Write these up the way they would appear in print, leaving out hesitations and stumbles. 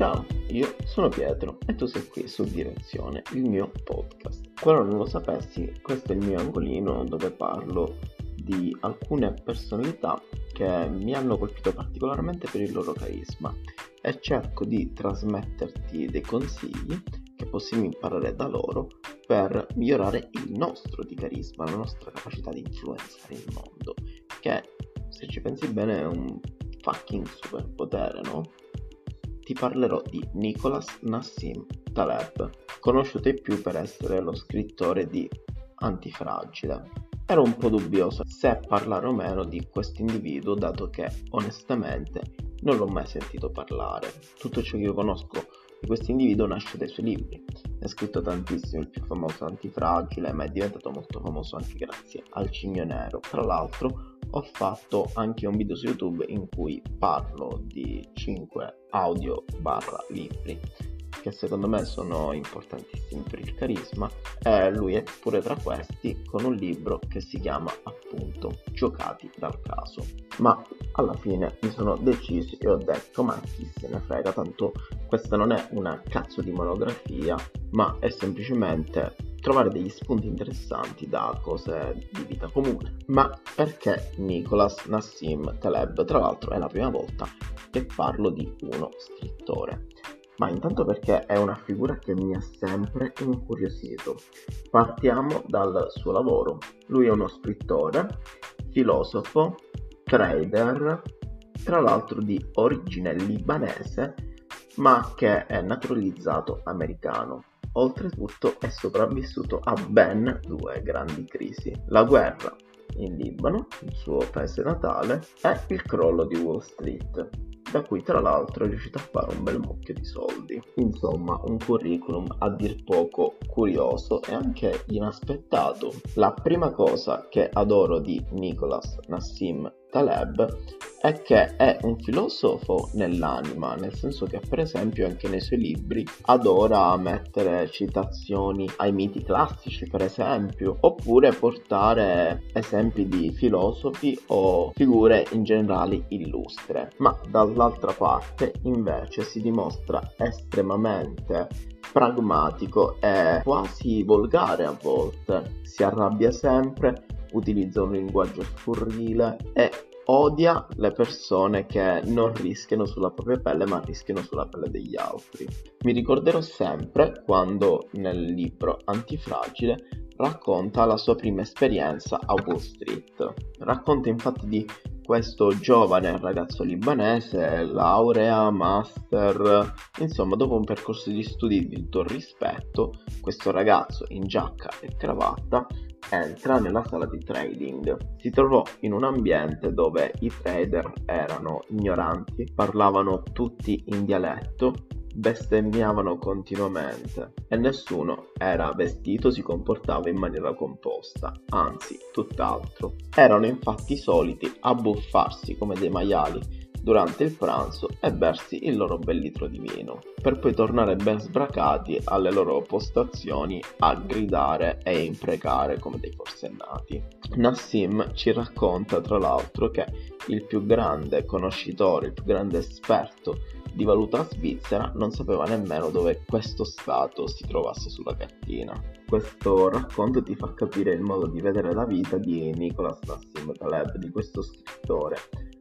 Ciao, io sono Pietro e tu sei qui su Direzione, il mio podcast. Qualora non lo sapessi, questo è il mio angolino dove parlo di alcune personalità che mi hanno colpito particolarmente per il loro carisma e cerco di trasmetterti dei consigli che possiamo imparare da loro per migliorare il nostro di carisma, la nostra capacità di influenzare il mondo, che se ci pensi bene è un fucking superpotere, no? Ti parlerò di Nicholas Nassim Taleb, conosciuto ai più per essere lo scrittore di Antifragile. Ero un po' dubbioso se parlare o meno di questo individuo, dato che onestamente non l'ho mai sentito parlare. Tutto ciò che io conosco di questo individuo nasce dai suoi libri. Ne ha scritto tantissimo, il più famoso Antifragile, ma è diventato molto famoso anche grazie al Cigno Nero. Tra l'altro ho fatto anche un video su YouTube in cui parlo di 5 audio/libri che secondo me sono importantissimi per il carisma, e lui è pure tra questi con un libro che si chiama appunto Giocati dal caso. Ma alla fine mi sono deciso e ho detto ma chi se ne frega, tanto questa non è una cazzo di monografia, ma è semplicemente trovare degli spunti interessanti da cose di vita comune. Ma perché Nicholas Nassim Taleb? Tra l'altro è la prima volta che parlo di uno scrittore. Ma intanto perché è una figura che mi ha sempre incuriosito. Partiamo dal suo lavoro. Lui è uno scrittore, filosofo, trader, tra l'altro di origine libanese, ma che è naturalizzato americano. Oltretutto è sopravvissuto a ben 2 grandi crisi: la guerra in Libano, il suo paese natale, e il crollo di Wall Street, da cui tra l'altro è riuscito a fare un bel mucchio di soldi. Insomma, un curriculum a dir poco curioso e anche inaspettato. La prima cosa che adoro di Nicholas Nassim Taleb è che è un filosofo nell'anima, nel senso che per esempio anche nei suoi libri adora mettere citazioni ai miti classici, per esempio, oppure portare esempi di filosofi o figure in generale illustre. Ma dall'altra parte invece si dimostra estremamente pragmatico e quasi volgare a volte. Si arrabbia sempre, utilizza un linguaggio scurrile e odia le persone che non rischiano sulla propria pelle ma rischiano sulla pelle degli altri. Mi ricorderò sempre quando nel libro Antifragile racconta la sua prima esperienza a Wall Street. Racconta infatti di questo giovane ragazzo libanese, laurea, master, insomma dopo un percorso di studi di tutto rispetto, questo ragazzo in giacca e cravatta entra nella sala di trading. Si trovò in un ambiente dove i trader erano ignoranti, parlavano tutti in dialetto, bestemmiavano continuamente e nessuno era vestito, si comportava in maniera composta, anzi tutt'altro. Erano infatti soliti abbuffarsi come dei maiali durante il pranzo e bersi il loro bel litro di vino, per poi tornare ben sbracati alle loro postazioni a gridare e imprecare come dei forsennati. Nassim ci racconta tra l'altro che il più grande conoscitore, il più grande esperto di valuta svizzera non sapeva nemmeno dove questo stato si trovasse sulla cartina. Questo racconto ti fa capire il modo di vedere la vita di Nicholas Nassim Taleb, di questo scrittore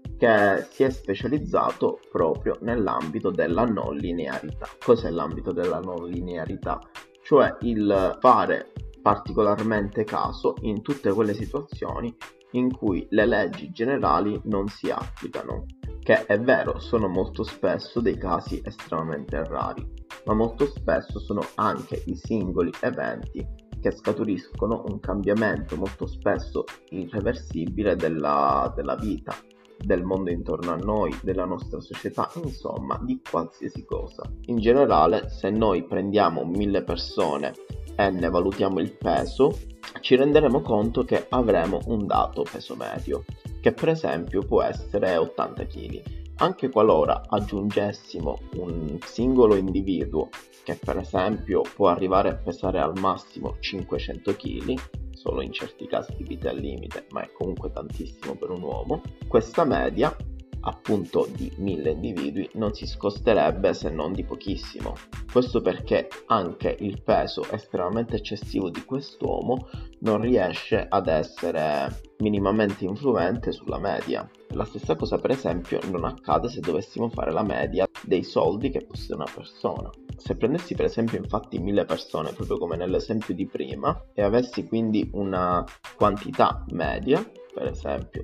che si è specializzato proprio nell'ambito della non linearità. Cos'è l'ambito della non linearità? Cioè il fare particolarmente caso in tutte quelle situazioni in cui le leggi generali non si applicano, che è vero, sono molto spesso dei casi estremamente rari, ma molto spesso sono anche i singoli eventi che scaturiscono un cambiamento molto spesso irreversibile della vita, del mondo intorno a noi, della nostra società, insomma di qualsiasi cosa. In generale, se noi prendiamo 1000 persone e ne valutiamo il peso, ci renderemo conto che avremo un dato peso medio, che per esempio può essere 80 kg. Anche qualora aggiungessimo un singolo individuo che per esempio può arrivare a pesare al massimo 500 kg, solo in certi casi di vita al limite, ma è comunque tantissimo per un uomo, questa media appunto di 1000 individui non si scosterebbe se non di pochissimo. Questo perché anche il peso estremamente eccessivo di quest'uomo non riesce ad essere minimamente influente sulla media. La stessa cosa per esempio non accade se dovessimo fare la media dei soldi che possiede una persona. Se prendessi per esempio infatti 1000 persone, proprio come nell'esempio di prima, e avessi quindi una quantità media, per esempio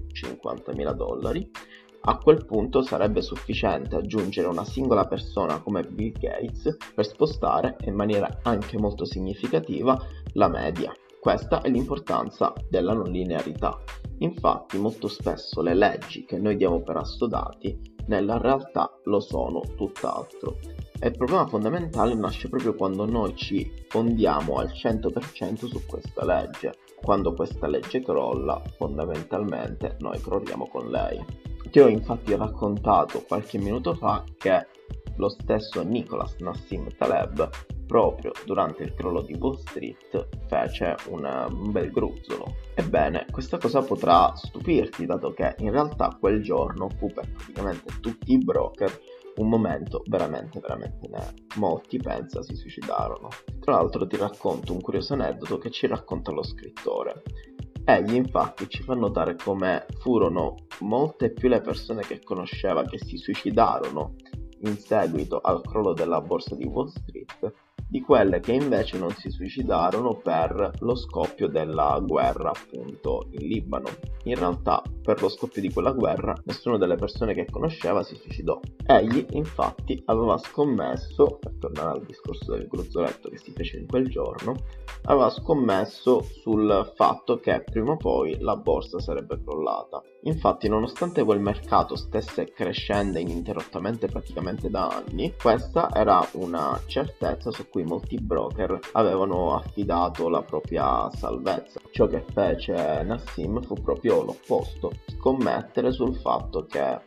$50.000, a quel punto sarebbe sufficiente aggiungere una singola persona come Bill Gates per spostare in maniera anche molto significativa la media. Questa è l'importanza della non linearità. Infatti molto spesso le leggi che noi diamo per assodati nella realtà lo sono tutt'altro. E il problema fondamentale nasce proprio quando noi ci fondiamo al 100% su questa legge. Quando questa legge crolla, fondamentalmente noi crolliamo con lei. Ti ho infatti raccontato qualche minuto fa che lo stesso Nicholas Nassim Taleb, proprio durante il crollo di Wall Street, fece un bel gruzzolo. Ebbene, questa cosa potrà stupirti, dato che in realtà quel giorno fu per praticamente tutti i broker un momento veramente nero. Molti, pensa, si suicidarono. Tra l'altro ti racconto un curioso aneddoto che ci racconta lo scrittore. Egli infatti ci fa notare come furono molte più le persone che conosceva che si suicidarono in seguito al crollo della borsa di Wall Street di quelle che invece non si suicidarono per lo scoppio della guerra appunto in Libano. In realtà per lo scoppio di quella guerra nessuna delle persone che conosceva si suicidò. Egli infatti aveva scommesso, per tornare al discorso del gruzzoletto che si fece in quel giorno, aveva scommesso sul fatto che prima o poi la borsa sarebbe crollata. Infatti nonostante quel mercato stesse crescendo ininterrottamente praticamente da anni, questa era una certezza su cui molti broker avevano affidato la propria salvezza. Ciò che fece Nassim fu proprio l'opposto, scommettere sul fatto che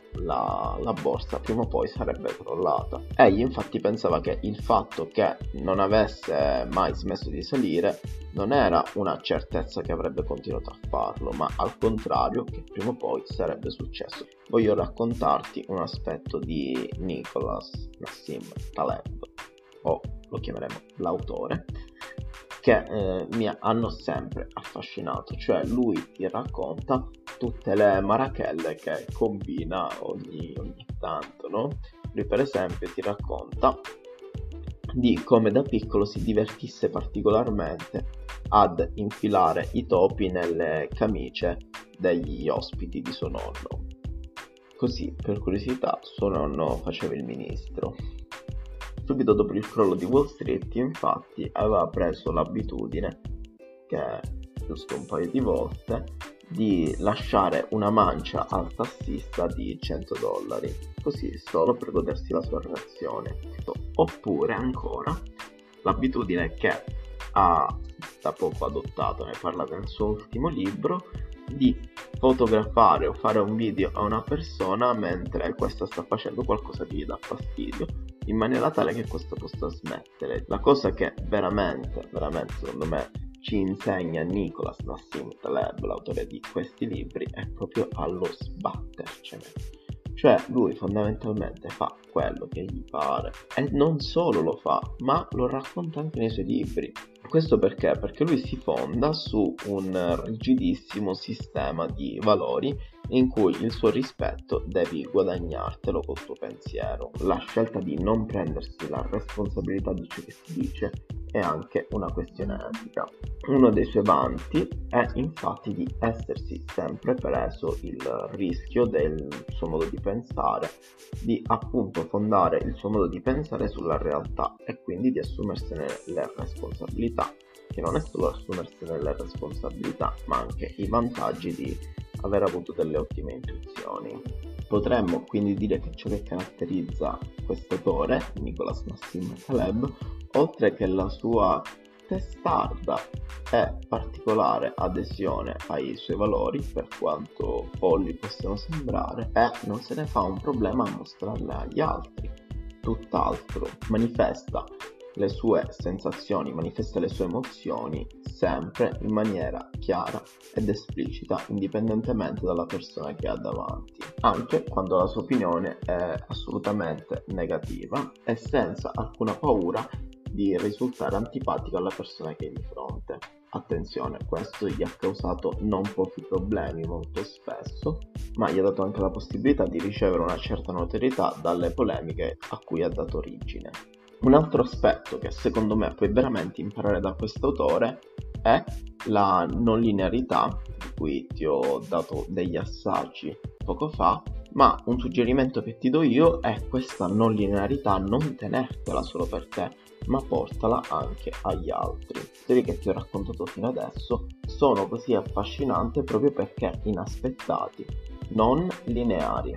la borsa prima o poi sarebbe crollata. Egli infatti pensava che il fatto che non avesse mai smesso di salire non era una certezza che avrebbe continuato a farlo, ma al contrario che prima o poi sarebbe successo. Voglio raccontarti un aspetto di Nicholas Nassim Taleb, o lo chiameremo l'autore, che mi hanno sempre affascinato. Cioè lui ti racconta tutte le marachelle che combina ogni tanto, no? Lui per esempio ti racconta di come da piccolo si divertisse particolarmente ad infilare i topi nelle camicie degli ospiti di suo nonno. Così, per curiosità, suo nonno faceva il ministro. Subito dopo il crollo di Wall Street, infatti, aveva preso l'abitudine, che giusto un paio di volte, di lasciare una mancia al tassista di $100, così solo per godersi la sua relazione. Oppure ancora l'abitudine che ha da poco adottato, ne parla nel suo ultimo libro, di fotografare o fare un video a una persona mentre questa sta facendo qualcosa che gli dà fastidio, in maniera tale che questa possa smettere. La cosa che veramente secondo me ci insegna Nicholas Nassim Taleb, l'autore di questi libri, è proprio allo sbattercene. Cioè lui fondamentalmente fa quello che gli pare, e non solo lo fa, ma lo racconta anche nei suoi libri. Questo perché? Perché lui si fonda su un rigidissimo sistema di valori in cui il suo rispetto devi guadagnartelo col tuo pensiero. La scelta di non prendersi la responsabilità di ciò che si dice è anche una questione etica. Uno dei suoi vanti è infatti di essersi sempre preso il rischio del suo modo di pensare, di appunto fondare il suo modo di pensare sulla realtà e quindi di assumersene le responsabilità, che non è solo assumersene le responsabilità, ma anche i vantaggi di aver avuto delle ottime intuizioni. Potremmo quindi dire che ciò che caratterizza quest'autore, Nicholas Nassim Taleb, oltre che la sua testarda e particolare adesione ai suoi valori, per quanto folli possano sembrare, non se ne fa un problema a mostrarle agli altri. Tutt'altro, manifesta le sue sensazioni, manifesta le sue emozioni sempre in maniera chiara ed esplicita, indipendentemente dalla persona che ha davanti, anche quando la sua opinione è assolutamente negativa e senza alcuna paura di risultare antipatico alla persona che è di fronte. Attenzione, questo gli ha causato non pochi problemi molto spesso, ma gli ha dato anche la possibilità di ricevere una certa notorietà dalle polemiche a cui ha dato origine. Un altro aspetto che secondo me puoi veramente imparare da questo autore è la non linearità, di cui ti ho dato degli assaggi poco fa, ma un suggerimento che ti do io è questa non linearità, non tenertela solo per te, ma portala anche agli altri. Le storie che ti ho raccontato fino adesso sono così affascinanti proprio perché inaspettati, non lineari.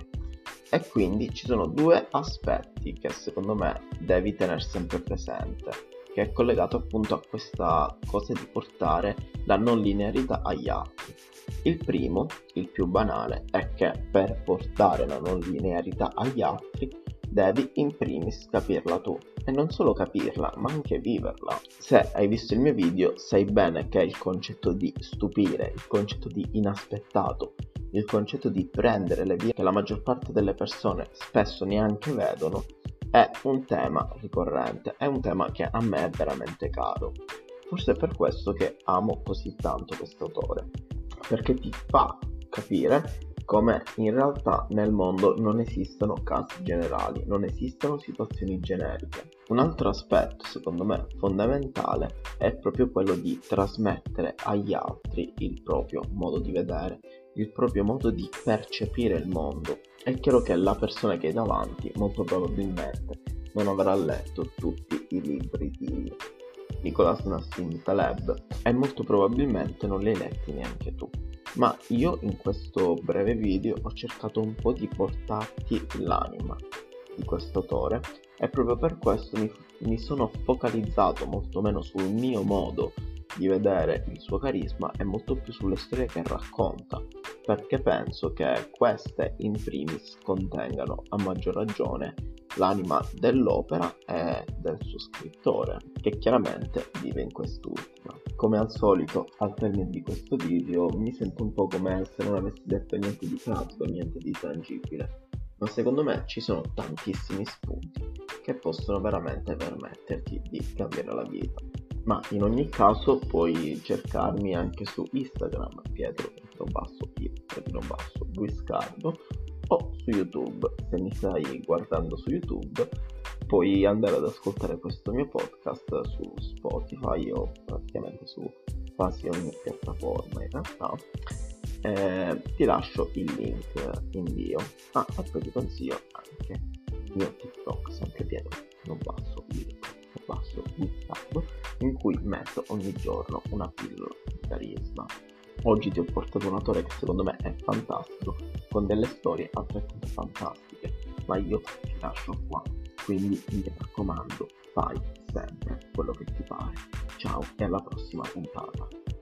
E quindi ci sono due aspetti che secondo me devi tenere sempre presente, che è collegato appunto a questa cosa di portare la non linearità agli altri. Il primo, il più banale, è che per portare la non linearità agli altri devi in primis capirla tu, e non solo capirla ma anche viverla. Se hai visto il mio video sai bene che il concetto di stupire, il concetto di inaspettato, il concetto di prendere le vie che la maggior parte delle persone spesso neanche vedono è un tema ricorrente, è un tema che a me è veramente caro. Forse è per questo che amo così tanto questo autore, perché ti fa capire come in realtà nel mondo non esistono casi generali, non esistono situazioni generiche. Un altro aspetto, secondo me, fondamentale è proprio quello di trasmettere agli altri il proprio modo di vedere, il proprio modo di percepire il mondo. È chiaro che la persona che hai davanti molto probabilmente non avrà letto tutti i libri di Nicholas Nassim Taleb e molto probabilmente non li hai letti neanche tu. Ma io in questo breve video ho cercato un po' di portarti l'anima di questo autore e proprio per questo mi sono focalizzato molto meno sul mio modo di vedere il suo carisma e molto più sulle storie che racconta, perché penso che queste in primis contengano a maggior ragione l'anima dell'opera e del suo scrittore, che chiaramente vive in quest'ultima. Come al solito, al termine di questo video mi sento un po' come se non avessi detto niente di pratico, niente di tangibile, ma secondo me ci sono tantissimi spunti che possono veramente permetterti di cambiare la vita. Ma in ogni caso puoi cercarmi anche su Instagram, Pietro_Guiscardo, o su YouTube. Se mi stai guardando su YouTube puoi andare ad ascoltare questo mio podcast su Spotify o praticamente su quasi ogni piattaforma in realtà. Ti lascio il link in bio. E poi ti consiglio anche il mio TikTok, sempre Pietro_Guiscardo, in cui metto ogni giorno una pillola di carisma. Oggi ti ho portato un autore che secondo me è fantastico, con delle storie altrettanto fantastiche, ma io ti lascio qua, quindi mi raccomando, fai sempre quello che ti pare. Ciao e alla prossima puntata.